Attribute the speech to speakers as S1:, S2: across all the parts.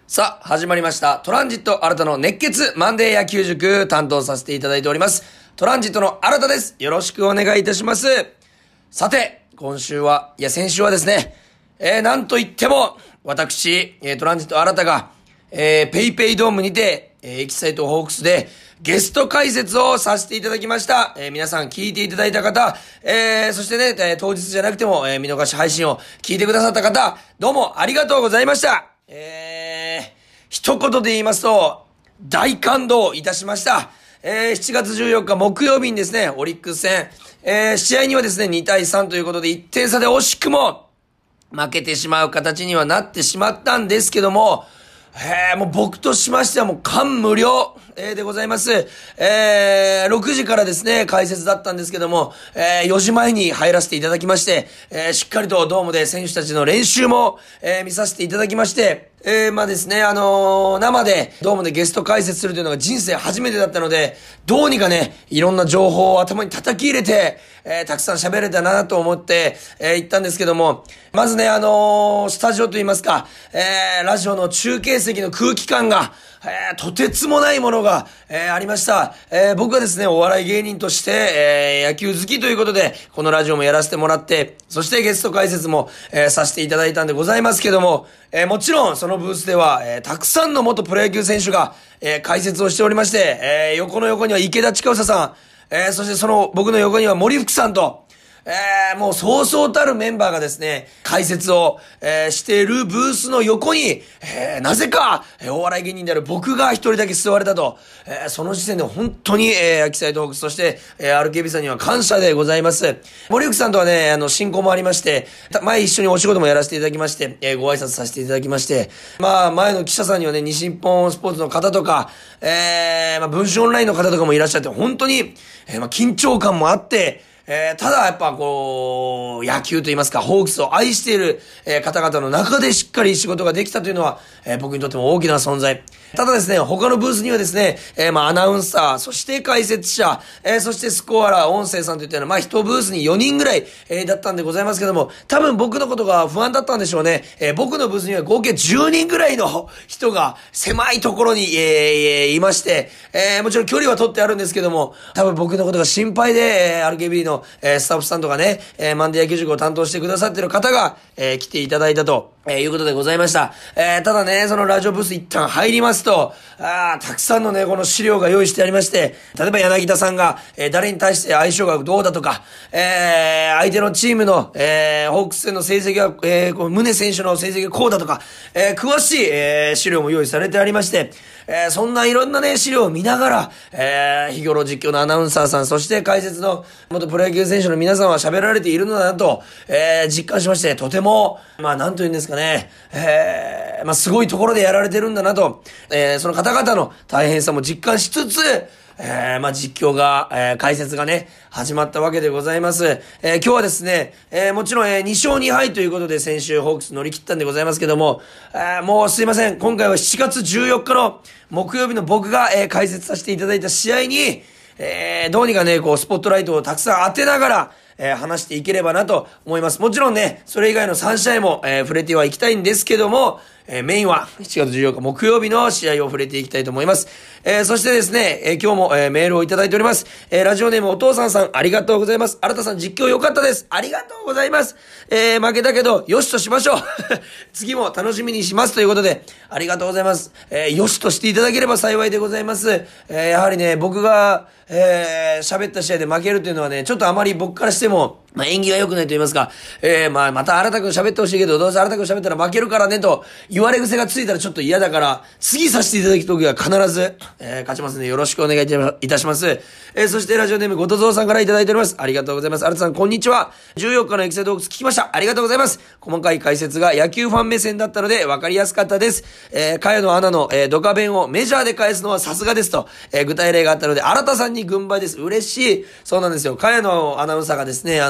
S1: さあ、始まりました。トランジット新たの熱血マンデー野球塾担当させていただいております。トランジットの新たです。よろしくお願いいたします。さて、先週はですね、なんといっても、私、トランジット新たが、ペイペイドームにて、エキサイトホークスでゲスト解説をさせていただきました。皆さん聞いていただいた方、そしてね、当日じゃなくても、見逃し配信を聞いてくださった方、どうもありがとうございました。一言で言いますと、大感動いたしました。7月14日木曜日にですね、オリックス戦、試合にはですね、2対3ということで1点差で惜しくも負けてしまう形にはなってしまったんですけども、もう僕としましてはもう感無量、でございます。6時からですね、解説だったんですけども、4時前に入らせていただきまして、しっかりとドームで選手たちの練習も、見させていただきまして、まあですね、生でドームでゲスト解説するというのが人生初めてだったので、どうにかね、いろんな情報を頭に叩き入れて、たくさん喋れたなと思って、行ったんですけども、まずね、スタジオといいますか、ラジオの中継席の空気感が、とてつもないものが、ありました。僕はですね、お笑い芸人として、野球好きということで、このラジオもやらせてもらって、そしてゲスト解説も、させていただいたんでございますけども、もちろんそのブースでは、たくさんの元プロ野球選手が、解説をしておりまして、横には池田千佳房さん、そしてその僕の横には森福さんと、もうそうそうたるメンバーがですね、解説を、しているブースの横に、なぜか、お笑い芸人である僕が一人だけ座れたと、その時点で本当に、エキサイトホークス、そして、RKB さんには感謝でございます。森福さんとはね、親交もありまして、前一緒にお仕事もやらせていただきまして、ご挨拶させていただきまして、まあ、前の記者さんにはね、西日本スポーツの方とか、文春オンラインの方とかもいらっしゃって、本当に、緊張感もあって、ただやっぱこう、野球と言いますか、ホークスを愛している、方々の中でしっかり仕事ができたというのは、僕にとっても大きな存在。ただですね、他のブースにはですね、アナウンサー、そして解説者、そしてスコアラー、音声さんといったような、一ブースに4人ぐらい、だったんでございますけども、多分僕のことが不安だったんでしょうね。僕のブースには合計10人ぐらいの人が狭いところに、いまして、もちろん距離は取ってあるんですけども、多分僕のことが心配で、RKB のスタッフさんとかね、マンデー野球塾を担当してくださっている方が、来ていただいたと、いうことでございました。ただね、そのラジオブース一旦入りますと、たくさんのね、この資料が用意してありまして、例えば柳田さんが、誰に対して相性がどうだとか、相手のチームの、ホークス戦の成績が、宗選手の成績がこうだとか、詳しい、資料も用意されてありまして、そんないろんなね、資料を見ながら、日頃実況のアナウンサーさん、そして解説の元プロ野球選手の皆さんは喋られているのだなと、実感しまして、とても、なんと言うんですかね、すごいところでやられてるんだなと、その方々の大変さも実感しつつ、実況が、解説がね、始まったわけでございます。今日はですね、もちろん、2勝2敗ということで先週ホークス乗り切ったんでございますけども、もうすいません。今回は7月14日の木曜日の僕が、解説させていただいた試合に、どうにかね、こう、スポットライトをたくさん当てながら、話していければなと思います。もちろんね、それ以外の3試合も、触れてはいきたいんですけども、メインは7月14日木曜日の試合を触れていきたいと思います。そしてですね、今日も、メールをいただいております。ラジオネームお父さんさん、ありがとうございます。新田さん実況良かったです。ありがとうございます。負けたけど、よしとしましょう。次も楽しみにしますということで、ありがとうございます。よしとしていただければ幸いでございます。やはりね、僕が、喋った試合で負けるというのはね、ちょっとあまり僕からしても、縁起が良くないと言いますか、また新田くん喋ってほしいけど、どうせ新田くん喋ったら負けるからねと言われ癖がついたらちょっと嫌だから、次させていただくときは必ず、勝ちますのでよろしくお願いいたします。そしてラジオネームごとぞうさんからいただいております。ありがとうございます。新田さんこんにちは。14日のエキサイトホークス聞きました。ありがとうございます。細かい解説が野球ファン目線だったので分かりやすかったです。茅野アナの、ドカ弁をメジャーで返すのはさすがですと、具体例があったので新田さんに軍配です。嬉しい。そうなんですよ。茅野アナウンサーがですね、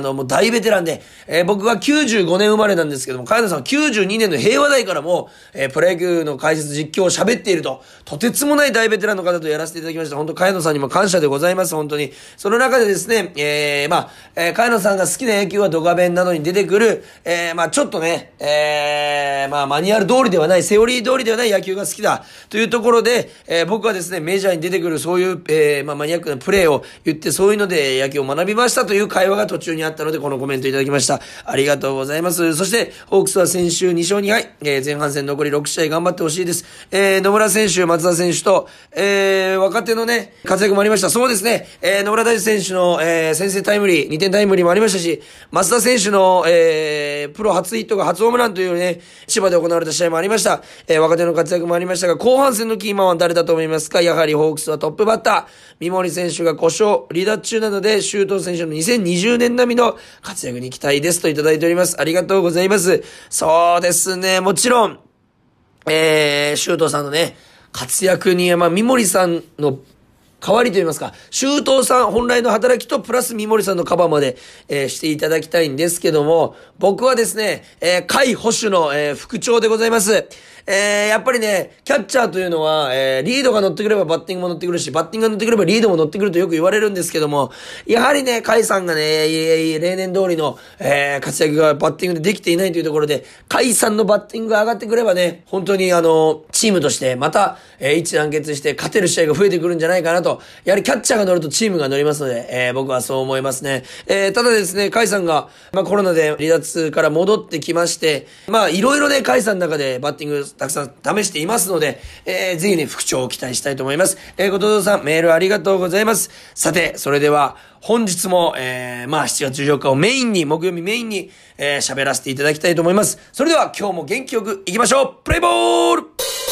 S1: もう大ベテランで、僕が95年生まれなんですけども、茅野さんは92年の平和台からも、プロ野球の解説実況を喋っているとてつもない大ベテランの方とやらせていただきました。本当茅野さんにも感謝でございます。本当に。その中でですね、茅野さんが好きな野球はドカベンなどに出てくる、ちょっとね、マニュアル通りではない、セオリー通りではない野球が好きだというところで、僕はですね、メジャーに出てくるそういう、マニアックなプレーを言って、そういうので野球を学びましたという会話が途中にあったので、このコメントいただきました。ありがとうございます。そして、ホークスは先週2勝2敗、前半戦残り6試合頑張ってほしいです。野村選手、松田選手と、若手のね、活躍もありました。そうですね、野村大地選手の、先制タイムリー、2点タイムリーもありましたし、松田選手の、プロ初ヒットが初ホームランというね、千葉で行われた試合もありました。若手の活躍もありましたが、後半戦のキーマンは誰だと思いますか？やはりホークスはトップバッター、三森選手が故障、離脱中なので、周東選手の2020年並みの活躍に期待ですといただいております。ありがとうございます。そうですね、もちろん、周東さんのね、活躍に、三森さんの代わりと言いますか、周東さん本来の働きとプラス三森さんのカバーまで、していただきたいんですけども、僕はですね、甲斐捕手の、副長でございます。やっぱりね、キャッチャーというのは、リードが乗ってくればバッティングも乗ってくるし、バッティングが乗ってくればリードも乗ってくるとよく言われるんですけども、やはりね、甲斐さんがね、例年通りの、活躍がバッティングでできていないというところで、甲斐さんのバッティングが上がってくればね、本当にチームとしてまた、一致団結して勝てる試合が増えてくるんじゃないかなと。やはりキャッチャーが乗るとチームが乗りますので、僕はそう思いますね。ただですね、甲斐さんが、コロナで離脱から戻ってきまして、いろいろね、甲斐さんの中でバッティングたくさん試していますので、ぜひね、復調を期待したいと思います。後藤さん、メールありがとうございます。さて、それでは、本日も、7月14日をメインに、木曜日メインに、喋らせていただきたいと思います。それでは、今日も元気よくいきましょう。プレイボール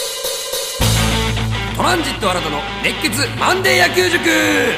S1: トランジット新たの熱血マンデー野球塾。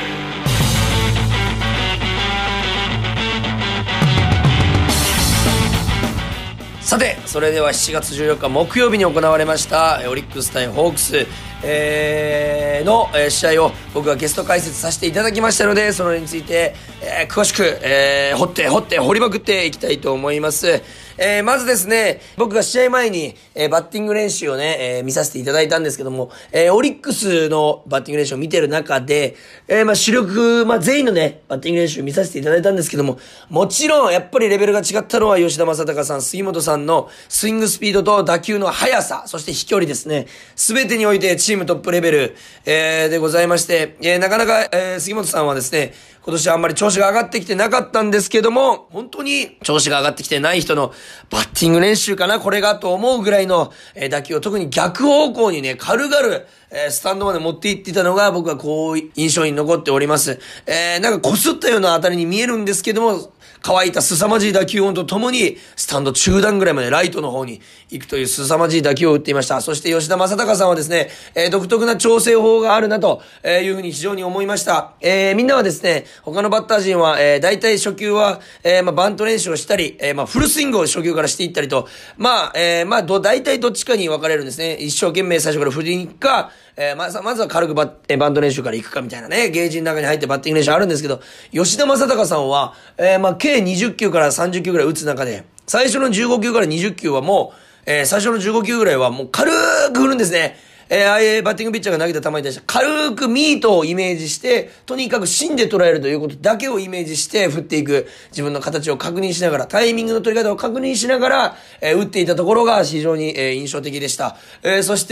S1: さて、それでは7月14日木曜日に行われましたオリックス対ホークス、の試合を僕がゲスト解説させていただきましたので、それについて、詳しく、掘りまくっていきたいと思います。まずですね、僕が試合前に、バッティング練習をね、見させていただいたんですけども、オリックスのバッティング練習を見てる中で、主力、全員のね、バッティング練習を見させていただいたんですけども、もちろんやっぱりレベルが違ったのは吉田正尚さん、杉本さんのスイングスピードと打球の速さ、そして飛距離ですね。すべてにおいてチームトップレベル、でございまして、なかなか、杉本さんはですね、今年はあんまり調子が上がってきてなかったんですけども、本当に調子が上がってきてない人のバッティング練習かな、これがと思うぐらいの、打球を特に逆方向にね、軽々、スタンドまで持っていっていたのが僕はこう印象に残っております。なんか擦ったような当たりに見えるんですけども、乾いた凄まじい打球音とともにスタンド中段ぐらいまでライトの方に行くという凄まじい打球を打っていました。そして吉田正尚さんはですね、独特な調整法があるなというふうに非常に思いました。みんなはですね、他のバッター陣は、大体初球は、バント練習をしたり、フルスイングを初球からしていったりと、大体どっちかに分かれるんですね。一生懸命最初から振りに行くか、まずは軽くバント練習から行くかみたいなね、ゲージの中に入ってバッティング練習あるんですけど、吉田正尚さんは、計20球から30球ぐらい打つ中で、最初の15球から20球はもう、最初の15球ぐらいはもう軽く振るんですね。ああいうバッティングピッチャーが投げた球に対して軽くミートをイメージして、とにかく芯で捉えるということだけをイメージして振っていく、自分の形を確認しながら、タイミングの取り方を確認しながら、打っていたところが非常に、印象的でした。そして、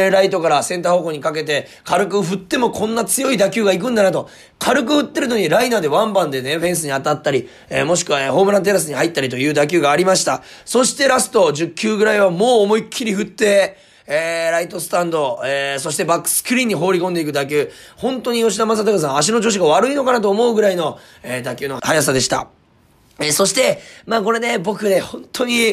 S1: ライトからセンター方向にかけて軽く振ってもこんな強い打球が行くんだなと、軽く打ってるのにライナーでワンバンでね、フェンスに当たったり、もしくは、ホームランテラスに入ったりという打球がありました。そしてラスト10球ぐらいはもう思いっきり振って、ライトスタンド、そしてバックスクリーンに放り込んでいく打球。本当に吉田正尚さん、足の調子が悪いのかなと思うぐらいの、打球の速さでした。そして、これね、僕ね、本当に、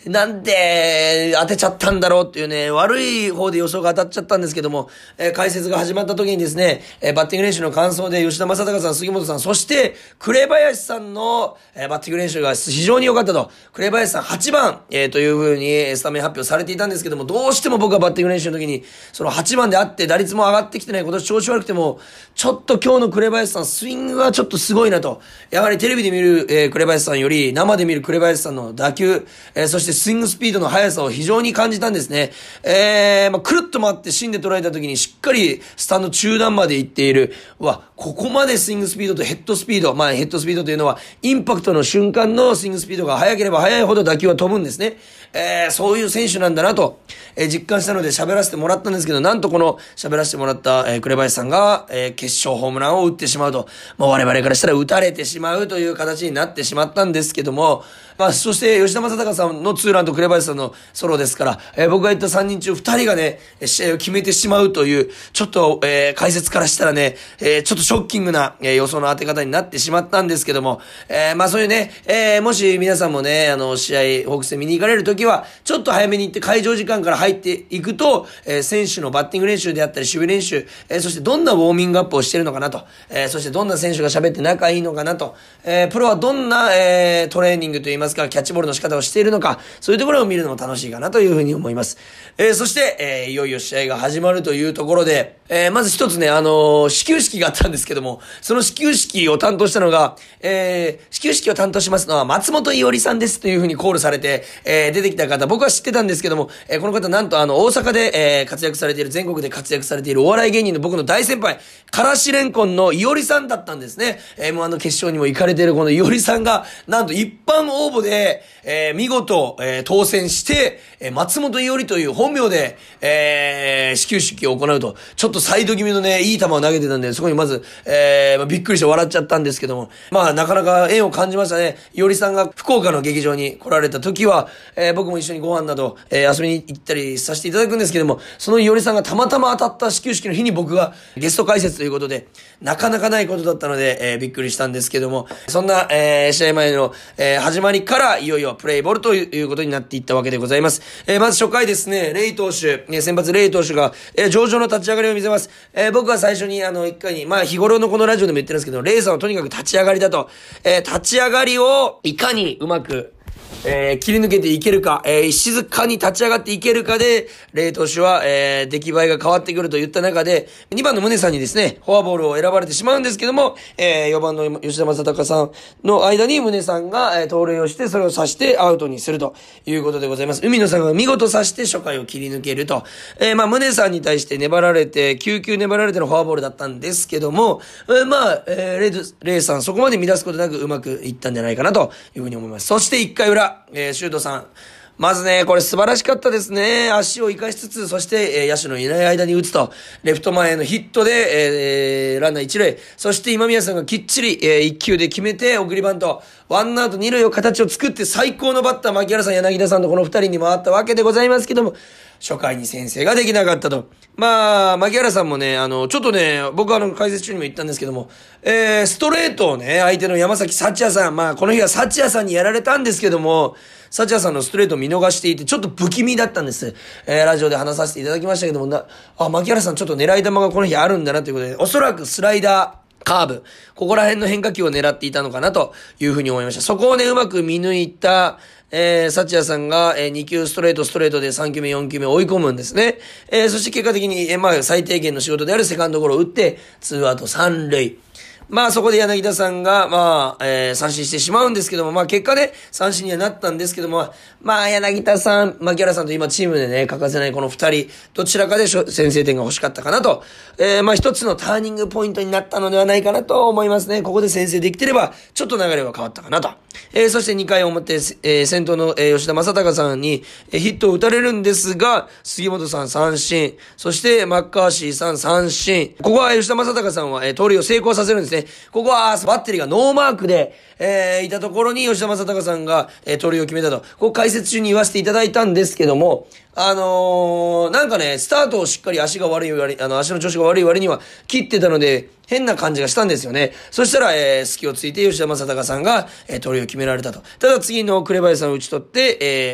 S1: なんで当てちゃったんだろうっていうね、悪い方で予想が当たっちゃったんですけども、解説が始まった時にですね、バッティング練習の感想で吉田正尚さん、杉本さん、そして紅林さんの、バッティング練習が非常に良かったと。紅林さん8番、という風にスタメン発表されていたんですけども、どうしても僕はバッティング練習の時に、その8番であって打率も上がってきてない、今年調子悪くても、ちょっと今日の紅林さん、スイングがちょっとすごいなと。やはりテレビで見る、紅林さんより、生で見る紅林さんの打球、そしてスイングスピードの速さを非常に感じたんですね。くるっと回って芯で捉えた時にしっかりスタンド中段まで行っている。ここまでスイングスピードとヘッドスピード。ヘッドスピードというのは、インパクトの瞬間のスイングスピードが速ければ速いほど打球は飛ぶんですね。そういう選手なんだなと、実感したので喋らせてもらったんですけど、なんとこの喋らせてもらった、紅林さんが、決勝ホームランを打ってしまうと。我々からしたら打たれてしまうという形になってしまったんですけども、そして吉田正尚さんのツーランと紅林さんのソロですから、僕が言った3人中2人がね、試合を決めてしまうという、ちょっと、解説からしたらね、ちょっとショッキングな、予想の当て方になってしまったんですけども、そういうね、もし皆さんもね、試合、ホークスで見に行かれるときは、ちょっと早めに行って会場時間から入っていくと、選手のバッティング練習であったり、守備練習、そしてどんなウォーミングアップをしているのかなと、そしてどんな選手が喋って仲いいのかなと、プロはどんな、トレーニングといいますか、キャッチボールの仕方をしているのか、そういうところを見るのも楽しいかなというふうに思います。そして、いよいよ試合が始まるというところで、まず一つね、始球式があったんですけども、その始球式を担当したのが、始球式を担当しますのは松本伊織さんですというふうにコールされて、出てきた方、僕は知ってたんですけども、この方なんと大阪で、活躍されている、全国で活躍されているお笑い芸人の僕の大先輩、からしれんこんの伊織さんだったんですね。M1 の決勝にも行かれているこの伊織さんが、なんと一般応募で、見事、当選して、松本伊織という本名で、始球式を行うと、ちょっとサイド気味のね、いい球を投げてたんで、そこにまず、びっくりして笑っちゃったんですけども、なかなか縁を感じましたね。伊織さんが福岡の劇場に来られた時は、僕も一緒にご飯など、遊びに行ったりさせていただくんですけども、その伊織さんがたまたま当たった始球式の日に僕がゲスト解説ということで、なかなかないことだったので、びっくりしたんですけども、そんな、試合前の、始まりからいよいよプレイボールということになっていったわけでございます。まず初回ですね、レイ投手、先発レイ投手が、上々の立ち上がりを見せます。僕は最初に一回に、日頃のこのラジオでも言ってるんですけど、レイさんはとにかく立ち上がりだと、立ち上がりをいかにうまく切り抜けていけるか、静かに立ち上がっていけるかで、レイ投手は、出来栄えが変わってくるといった中で、2番の宗さんにですね、フォアボールを選ばれてしまうんですけども、4番の吉田正尚さんの間に宗さんが、盗塁をして、それを刺してアウトにするということでございます。海野さんが見事刺して初回を切り抜けると。宗さんに対して粘られて、9球粘られてのフォアボールだったんですけども、レイさんそこまで乱すことなくうまくいったんじゃないかなというふうに思います。そして1回裏、シュートさん。まずね、これ素晴らしかったですね。足を生かしつつ、そして、野手のいない間に打つと、レフト前へのヒットで、ランナー一塁。そして今宮さんがきっちり、一球で決めて、送りバント。ワンアウト二塁を形を作って最高のバッター、牧原さん、柳田さんとこの二人に回ったわけでございますけども、初回に先制ができなかったと。牧原さんもね、ちょっとね、僕は解説中にも言ったんですけども、ストレートをね、相手の山崎幸也さん、この日は幸也さんにやられたんですけども、幸也さんのストレートを見逃していて、ちょっと不気味だったんです。ラジオで話させていただきましたけども、牧原さんちょっと狙い球がこの日あるんだなということで、おそらくスライダー、カーブ、ここら辺の変化球を狙っていたのかなというふうに思いました。そこをね、うまく見抜いた、幸也さんが、2球ストレートで3球目、4球目追い込むんですね。そして結果的に、最低限の仕事であるセカンドゴロを打って、2アウト3塁。そこで柳田さんが、三振してしまうんですけども、結果ね、三振にはなったんですけども、柳田さん、牧原さんと今チームでね、欠かせないこの二人、どちらかで先制点が欲しかったかなと、一つのターニングポイントになったのではないかなと思いますね。ここで先制できてれば、ちょっと流れは変わったかなと。そして2回表、先頭の、吉田正尚さんに、ヒットを打たれるんですが、杉本さん三振、そしてマッカーシーさん三振、ここは吉田正尚さんは、盗塁を成功させるんですね。ここはバッテリーがノーマークで、いたところに吉田正尚さんが、盗塁を決めたと。ここ解説中に言わせていただいたんですけども、なんかね、スタートをしっかり足の調子が悪い割には切ってたので、変な感じがしたんですよね。そしたら、隙をついて吉田正尚さんが、盗塁を決められたと。ただ次の紅林さんを打ち取って、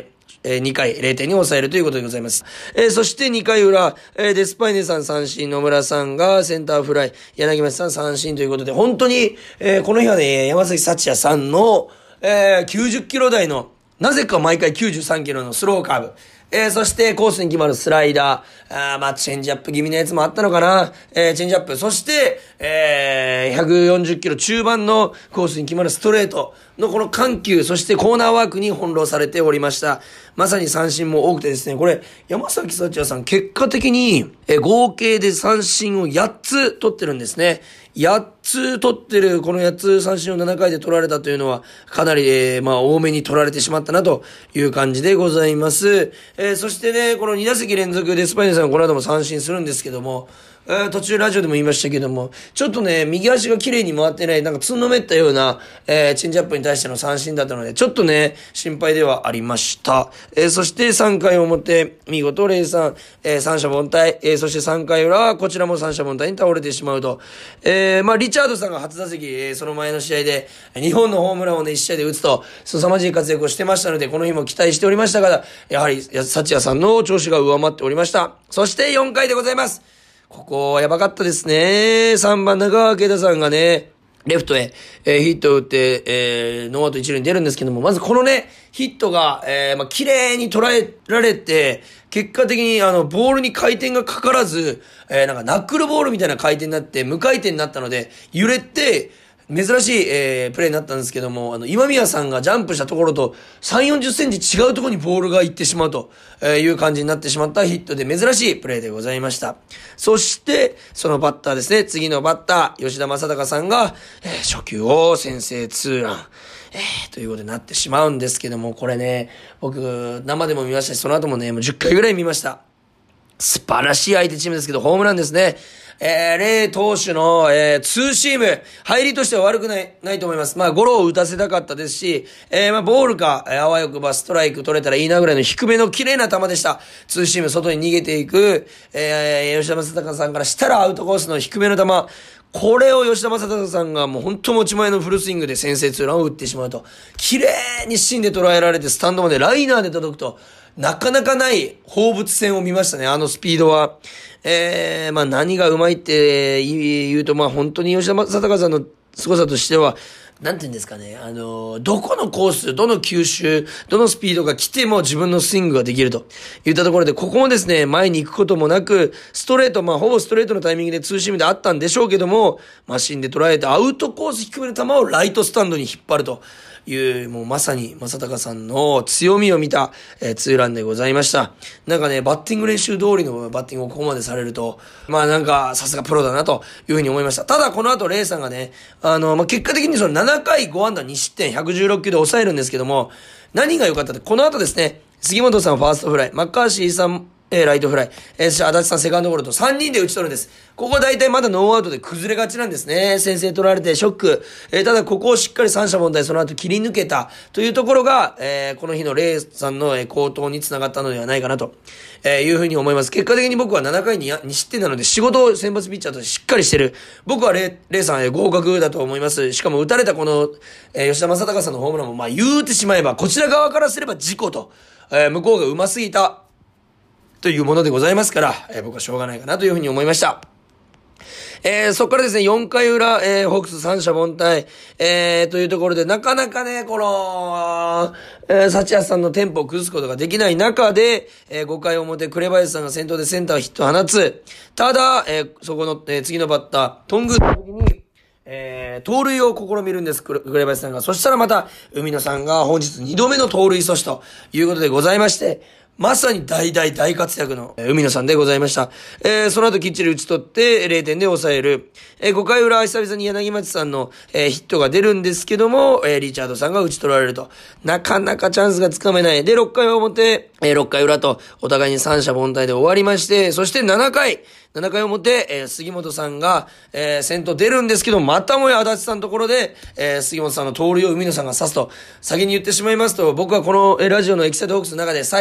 S1: 2回0点に抑えるということでございます。そして2回裏、デスパイネさん三振、野村さんがセンターフライ、柳町さん三振ということで、本当に、この日はね、山崎幸也さんの、90キロ台の、なぜか毎回93キロのスローカーブ。そしてコースに決まるスライダー、チェンジアップ気味のやつもあったのかな、チェンジアップ、そして、140キロ中盤のコースに決まるストレートのこの緩急、そしてコーナーワークに翻弄されておりました。まさに三振も多くてですね、これ、山崎幸也さん結果的に、合計で三振を8つ取ってるんですね。8つ取ってる、この8つ三振を7回で取られたというのは、かなり、多めに取られてしまったなという感じでございます。そしてね、この2打席連続でスパイネさんこの後も三振するんですけども、途中ラジオでも言いましたけども、ちょっとね、右足が綺麗に回ってない、なんかつんのめったような、チェンジアップに対しての三振だったので、ちょっとね、心配ではありました。そして3回表、見事0-3、三者凡退、そして3回裏はこちらも三者凡退に倒れてしまうと。リチャードさんが初打席、その前の試合で、2本のホームランをね、1試合で打つと、凄まじい活躍をしてましたので、この日も期待しておりましたが、やはり、幸也さんの調子が上回っておりました。そして4回でございます。ここはやばかったですね。3番中川圭太さんがね、レフトへ、ヒットを打って、ノーアウト一塁に出るんですけども、まずこのね、ヒットが、綺麗に捉えられて、結果的にボールに回転がかからず、なんかナックルボールみたいな回転になって、無回転になったので、揺れて、珍しい、プレーになったんですけども、今宮さんがジャンプしたところと3、40センチ違うところにボールが行ってしまうという感じになってしまったヒットで珍しいプレーでございました。そして、そのバッターですね、次のバッター、吉田正尚さんが、初球を先制ツーラン。ということになってしまうんですけども、これね、僕、生でも見ましたし、その後もね、もう10回ぐらい見ました。素晴らしい相手チームですけど、ホームランですね。レイ投手の、ツーシーム、入りとしては悪くないと思います。ゴロを打たせたかったですし、ボールか、あわよくばストライク取れたらいいなぐらいの低めの綺麗な球でした。ツーシーム外に逃げていく、吉田正尚さんからしたらアウトコースの低めの球、これを吉田正尚さんがもう本当持ち前のフルスイングで先制ツーランを打ってしまうと、綺麗に芯で捉えられてスタンドまでライナーで届くと、なかなかない放物線を見ましたね、あのスピードは。何がうまいって言うと、本当に吉田正尚さんの凄さとしては、なんて言うんですかね、どこのコース、どの球種、どのスピードが来ても自分のスイングができるといったところで、ここもですね、前に行くこともなく、ストレート、ほぼストレートのタイミングでツーシームであったんでしょうけども、マシンで捉えてアウトコース低めの球をライトスタンドに引っ張るという、もうまさに正尚さんの強みを見た、ツーランでございました。なんかね、バッティング練習通りのバッティングをここまでされると、なんかさすがプロだなというふうに思いました。ただこの後レイさんがね、結果的にその7回5安打2失点116球で抑えるんですけども、何が良かったって、この後ですね、杉本さんファーストフライ、マッカーシーさんライトフライ、そして足立さんセカンドゴロと3人で打ち取るんです。ここ大体まだノーアウトで崩れがちなんですね。先制取られてショック。ただここをしっかり三者凡退その後切り抜けたというところが、この日のレイさんの好投につながったのではないかなと、いうふうに思います。結果的に僕は7回に2失点なので仕事を先発ピッチャーとしてしっかりしてる。僕はレイさん合格だと思います。しかも打たれたこの、吉田正尚さんのホームランも言うてしまえばこちら側からすれば事故と、向こうが上手すぎたというものでございますから、僕はしょうがないかなというふうに思いました。そこからですね、4回裏、ホークス三者凡退、というところで、なかなかね、この、幸谷さんのテンポを崩すことができない中で、5回表、紅林さんが先頭でセンターヒットを放つ。ただ、そこの、次のバッター、トングの時に、盗塁を試みるんです、紅林さんが。そしたらまた、海野さんが本日2度目の盗塁阻止ということでございまして、まさに大活躍の海野さんでございました。その後きっちり打ち取って0点で抑える。5回裏久々に柳町さんの、ヒットが出るんですけども、リチャードさんが打ち取られると。なかなかチャンスがつかめない。で、6回表、6回裏とお互いに三者凡退で終わりまして、そして7回表、杉本さんが、先頭出るんですけど、またもや足立さんのところで、杉本さんの盗塁を海野さんが刺すと。先に言ってしまいますと、僕はこのラジオのエキサイトホークスの中で最後にね、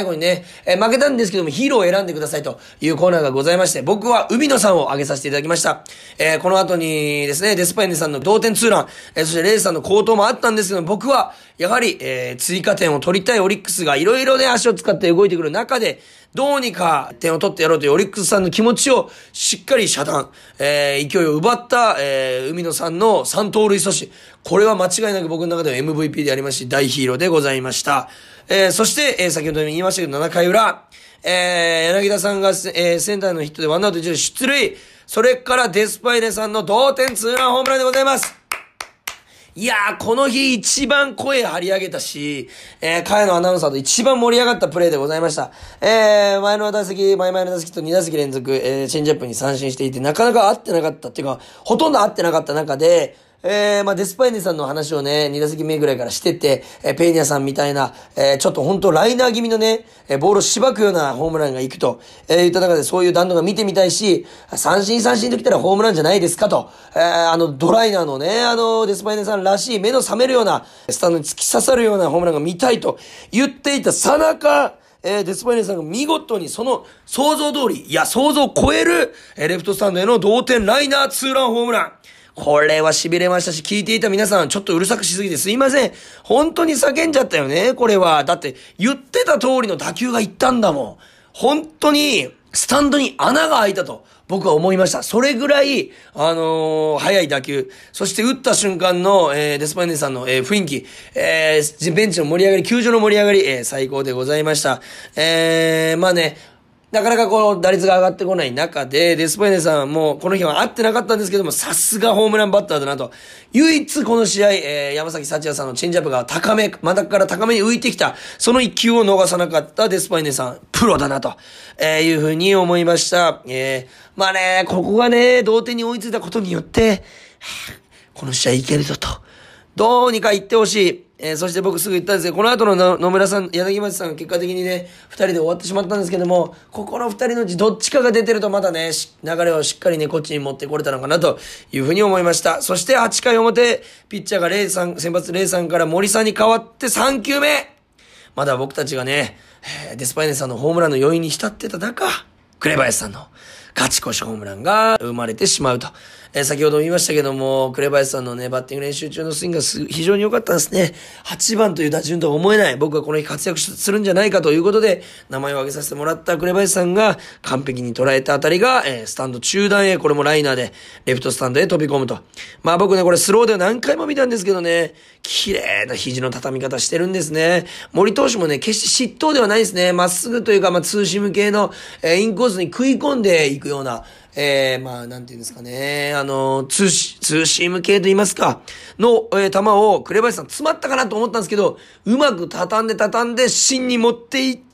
S1: 負けたんですけども、ヒーローを選んでくださいというコーナーがございまして、僕は海野さんを挙げさせていただきました。この後にですね、デスパイネさんの同点ツーラン、そしてレイさんの好投もあったんですけども、僕は、やはり、追加点を取りたいオリックスがいろいろね、足を使って動いてくる中で、どうにか点を取ってやろうというオリックスさんの気持ちをしっかり遮断、勢いを奪った、海野さんの3盗塁阻止。これは間違いなく僕の中では MVP でありますし、大ヒーローでございました。そして、先ほど言いましたけど、7回裏、柳田さんが、センターのヒットでワンアウト一塁出塁。それからデスパイネさんの同点ツーランホームランでございます。いやー、この日一番声張り上げたし、茅野アナウンサーと一番盛り上がったプレーでございました。前の打席と2打席連続、チェンジアップに三振していて、なかなか合ってなかったっていうか、ほとんど合ってなかった中で、デスパイネさんの話をね、2打席目ぐらいからしてて、ペーニャさんみたいな、ちょっと本当ライナー気味のね、ボールをしばくようなホームランが行くと、言った中でそういう弾道が見てみたいし、三振ときたらホームランじゃないですかと、ドライナーのね、デスパイネさんらしい目の覚めるような、スタンドに突き刺さるようなホームランが見たいと言っていたさなか、デスパイネさんが見事にその想像通り、いや想像を超える、レフトスタンドへの同点ライナーツーランホームラン。これは痺れましたし、聞いていた皆さん、ちょっとうるさくしすぎてすいません。本当に叫んじゃったよね、これは。だって、言ってた通りの打球が行ったんだもん。本当に、スタンドに穴が開いたと、僕は思いました。それぐらい、速い打球。そして打った瞬間の、デスパイネさんの、雰囲気。ベンチの盛り上がり、球場の盛り上がり、最高でございました。まあね、なかなかこの打率が上がってこない中で、デスパイネさんもこの日は合ってなかったんですけども、さすがホームランバッターだなと。唯一この試合、山崎幸也さんのチェンジアップが高め、真ん中から高めに浮いてきた、その一球を逃さなかったデスパイネさん、プロだなと、いうふうに思いました。まあね、ここがね、同点に追いついたことによって、この試合いけるぞと。どうにか言ってほしい。そして僕すぐ言ったんですけど、この後の野村さん、柳町さんが結果的にね、二人で終わってしまったんですけども、ここの二人のうちどっちかが出てるとまだね、流れをしっかりね、こっちに持ってこれたのかなというふうに思いました。そして8回表、ピッチャーが先発レイさんから森さんに変わって3球目。まだ僕たちがね、デスパイネさんのホームランの余韻に浸ってた中、紅林さんの勝ち越しホームランが生まれてしまうと。先ほども言いましたけども、紅林さんのね、バッティング練習中のスイングが非常に良かったんですね。8番という打順とは思えない。僕はこの日活躍するんじゃないかということで、名前を挙げさせてもらった紅林さんが完璧に捉えたあたりが、スタンド中段へ、これもライナーで、レフトスタンドへ飛び込むと。まあ僕ね、これスローでは何回も見たんですけどね、綺麗な肘の畳み方してるんですね。森投手もね、決して失投ではないですね。まっすぐというか、ツーシーム系の、インコースに食い込んでいくような、なんていうんですかね、ツーシーム系と言いますか、の、球を、紅林さん詰まったかなと思ったんですけど、うまく畳んで、芯に持っていって、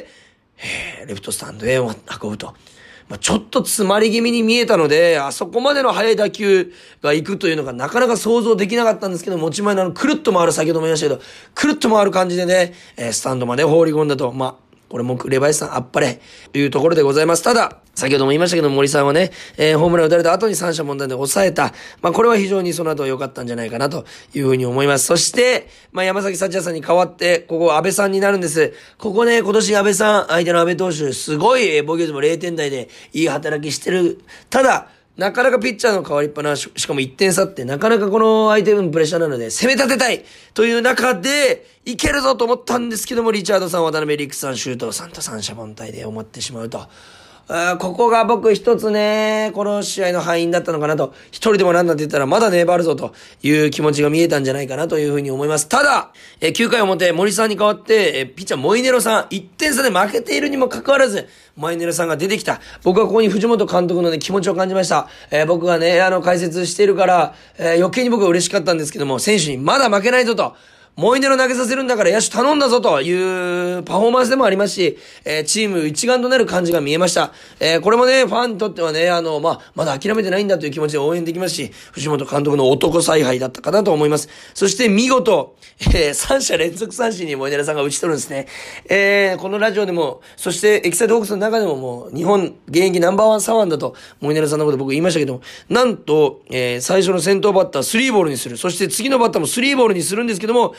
S1: レフトスタンドへ運ぶと。ちょっと詰まり気味に見えたので、あそこまでの速い打球が行くというのがなかなか想像できなかったんですけど、持ち前のくるっと回る、先ほども言いましたけど、くるっと回る感じでね、スタンドまで放り込んだと、これも紅林さんあっぱれというところでございます。ただ、先ほども言いましたけど森さんはね、ホームランを打たれた後に三者凡退で抑えた。これは非常にその後良かったんじゃないかなというふうに思います。そして、山崎幸也さんに代わって、ここ安倍さんになるんです。ここね、今年安倍さん、相手の安倍投手、すごい防御率も0点台でいい働きしてる。ただ、なかなかピッチャーの変わりっぱなしかも1点差ってなかなかこの相手のプレッシャーなので攻め立てたいという中でいけるぞと思ったんですけども、リチャードさん、渡辺陸さん、周東さんと三者凡退で終わってしまうと。ここが僕一つね、この試合の敗因だったのかなと。一人でもランナーって言ったらまだ粘るぞという気持ちが見えたんじゃないかなというふうに思います。ただ、9回表、森さんに代わって、ピッチャーモイネロさん、1点差で負けているにもかかわらず、モイネロさんが出てきた。僕はここに藤本監督のね、気持ちを感じました。僕がね、解説しているから、余計に僕は嬉しかったんですけども、選手にまだ負けないぞと。モイネロ投げさせるんだから野手頼んだぞというパフォーマンスでもありますし、チーム一丸となる感じが見えました。これもね、ファンにとってはね、まだ諦めてないんだという気持ちで応援できますし、藤本監督の男采配だったかなと思います。そして見事、3者連続三振にモイネロさんが打ち取るんですね。このラジオでも、そしてエキサイトホークスの中でももう日本現役ナンバーワン左腕だとモイネロさんのこと僕言いましたけども、なんと、最初の先頭バッター3ボールにする。そして次のバッターも3ボールにするんですけども、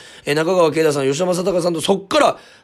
S1: 中川圭太さん、吉田正尚さんと、そっから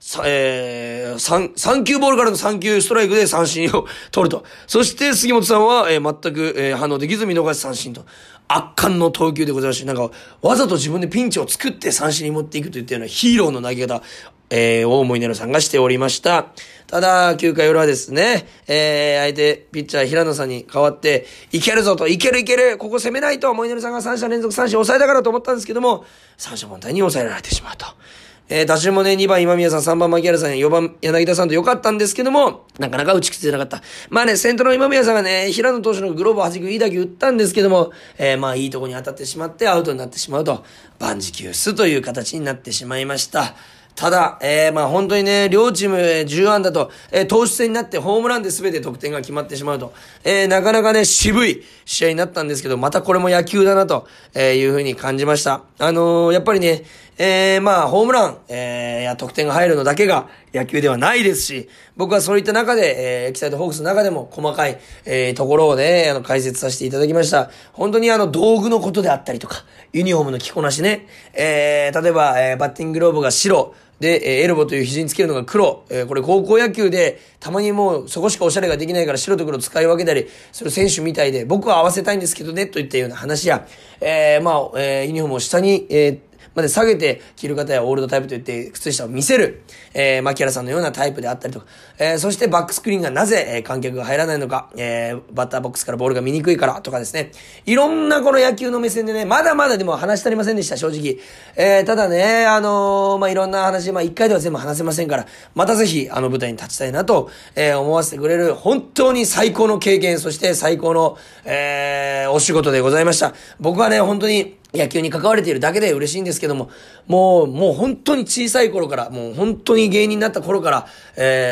S1: 、3球ボールからの3球ストライクで三振を取ると。そして杉本さんは、全く、反応できず見逃し三振と。圧巻の投球でございまして、なんか、わざと自分でピンチを作って三振に持っていくといったようなヒーローの投げ方、大森ネロさんがしておりました。ただ、9回裏はですね、相手、ピッチャー平野さんに代わって、いけるぞと、いける、ここ攻めないと、モイネロさんが3者連続三振を抑えたからと思ったんですけども、三者凡退に抑えられてしまうと。打順もね、2番今宮さん、3番牧原さん、4番柳田さんと良かったんですけども、なかなか打ち崩せなかった。まあね、セントの今宮さんがね、平野投手のグローブを弾くいい打球打ったんですけども、まあいいとこに当たってしまってアウトになってしまうと、万事休すという形になってしまいました。ただ、まあ本当にね、両チーム10安打と、投手戦になってホームランで全て得点が決まってしまうと、なかなかね、渋い試合になったんですけど、またこれも野球だなと、いう風に感じました。やっぱりね、まあホームラン、や得点が入るのだけが野球ではないですし、僕はそういった中で、エキサイトホークスの中でも細かい、ところをね、解説させていただきました。本当に道具のことであったりとか、ユニフォームの着こなしね、例えば、バッティンググローブが白、で、エルボという肘につけるのが黒。これ高校野球で、たまにもうそこしかおしゃれができないから白と黒使い分けたりする選手みたいで、僕は合わせたいんですけどね、といったような話や、まあ、ユニフォームを下に、まで下げて着る方やオールドタイプといって靴下を見せる、牧原さんのようなタイプであったりとか、そしてバックスクリーンがなぜ、観客が入らないのか、バッターボックスからボールが見にくいからとかですね、いろんなこの野球の目線でね、まだまだでも話し足りませんでした、正直。ただね、まあ、いろんな話、まあ、一回では全部話せませんから、またぜひ舞台に立ちたいなと、思わせてくれる本当に最高の経験、そして最高の、お仕事でございました。僕はね、本当に野球に関われているだけで嬉しいんですけども、もう本当に小さい頃から、もう本当に芸人になった頃から、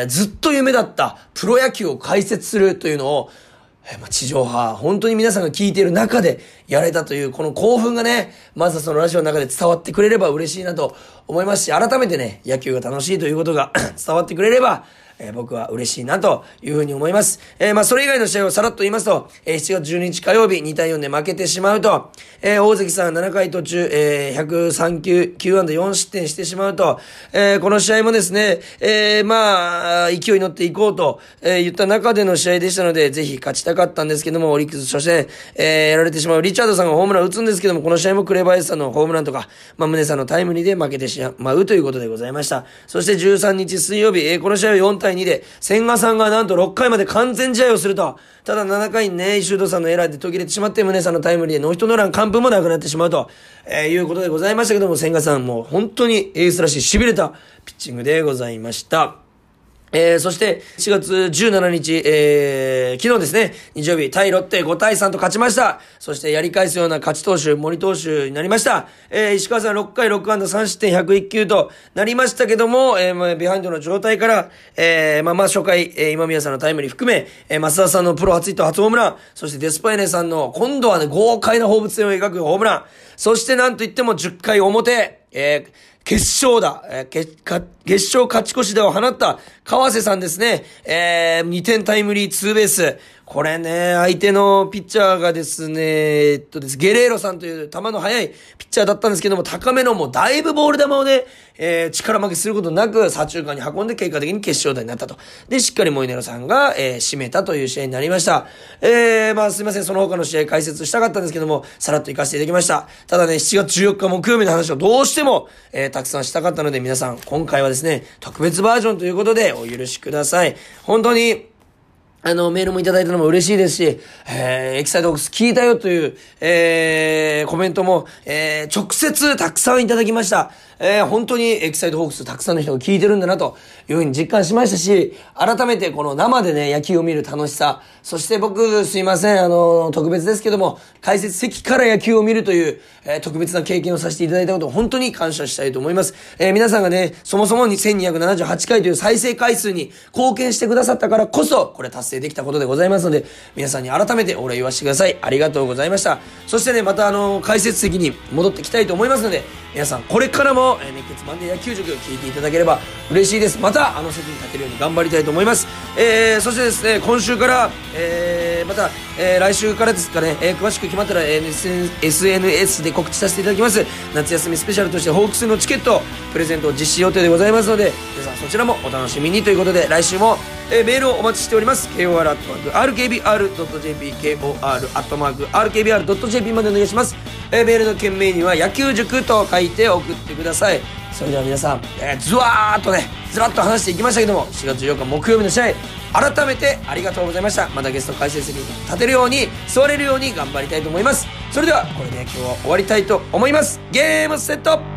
S1: ずっと夢だったプロ野球を解説するというのを、地上波、本当に皆さんが聞いている中でやれたという、この興奮がね、まずはそのラジオの中で伝わってくれれば嬉しいなと思いますし、改めてね、野球が楽しいということが伝わってくれれば、僕は嬉しいなというふうに思います。まあそれ以外の試合をさらっと言いますと、7月12日火曜日2対4で負けてしまうと、大関さん7回途中、103球、9安打4失点してしまうと、この試合もですね、まあ勢いに乗っていこうと、言った中での試合でしたので、ぜひ勝ちたかったんですけども、オリックス初戦、やられてしまう。リチャードさんがホームラン打つんですけども、この試合も紅林さんのホームランとか、まあ宗さんのタイムリーで負けてしまうということでございました。そして13日水曜日、この試合は4対2で、千賀さんがなんと6回まで完全試合をすると、ただ7回にね、石戸さんのエラーで途切れてしまって、宗さんのタイムリーでノーヒットノーラン完封もなくなってしまうと、いうことでございましたけども、千賀さんも本当にエースらしい痺れたピッチングでございました。そして4月17日、昨日ですね、日曜日対ロッテ5対3と勝ちました。そしてやり返すような勝ち投手、森投手になりました。石川さん6回6安打3失点101球となりましたけども、ビハインドの状態から、まあ初回、今宮さんのタイムリー含め、増田さんのプロ初ヒット初ホームラン、そしてデスパイネさんの今度はね、豪快な放物線を描くホームラン、そしてなんといっても10回表、決勝勝ち越し打を放った川瀬さんですね。2点タイムリーツーベース。これね、相手のピッチャーがですね、ゲレーロさんという球の速いピッチャーだったんですけども、高めのもうだいぶボール球をね、力負けすることなく左中間に運んで結果的に決勝打になったと。で、しっかりモイネロさんが、締めたという試合になりました。まあすいません、その他の試合解説したかったんですけども、さらっと行かせていただきました。ただね、7月14日木曜日の話をどうしても、たくさんしたかったので、皆さん、今回はですね、特別バージョンということでお許しください。本当に、メールもいただいたのも嬉しいですし、エキサイトボックス聞いたよという、コメントも、直接たくさんいただきました。本当にエキサイトホークスたくさんの人が聞いてるんだなというふうに実感しましたし、改めてこの生でね、野球を見る楽しさ、そして僕すいません、特別ですけども、解説席から野球を見るという、特別な経験をさせていただいたことを本当に感謝したいと思います。皆さんがね、そもそも1278回という再生回数に貢献してくださったからこそ、これ達成できたことでございますので、皆さんに改めてお礼言わせてください。ありがとうございました。そしてね、また解説席に戻ってきたいと思いますので、皆さんこれからもの、熱血マンデー野球塾聞いていただければ嬉しいです。また席に立てるように頑張りたいと思います。そしてですね、今週から、また、来週からですかね、詳しく決まったら、SNS で告知させていただきます。夏休みスペシャルとしてホークスのチケットプレゼントを実施予定でございますので、皆さんそちらもお楽しみにということで、来週も、メールをお待ちしております。kor@rkbr.jp kor@rkbr.jp までお願いします。メールの件名には野球塾と書いて送ってください。それでは皆さん、ずらっと話していきましたけども、4月14日木曜日の試合改めてありがとうございました。またゲスト解説席に立てるように座れるように頑張りたいと思います。それではこれで今日は終わりたいと思います。ゲームセット。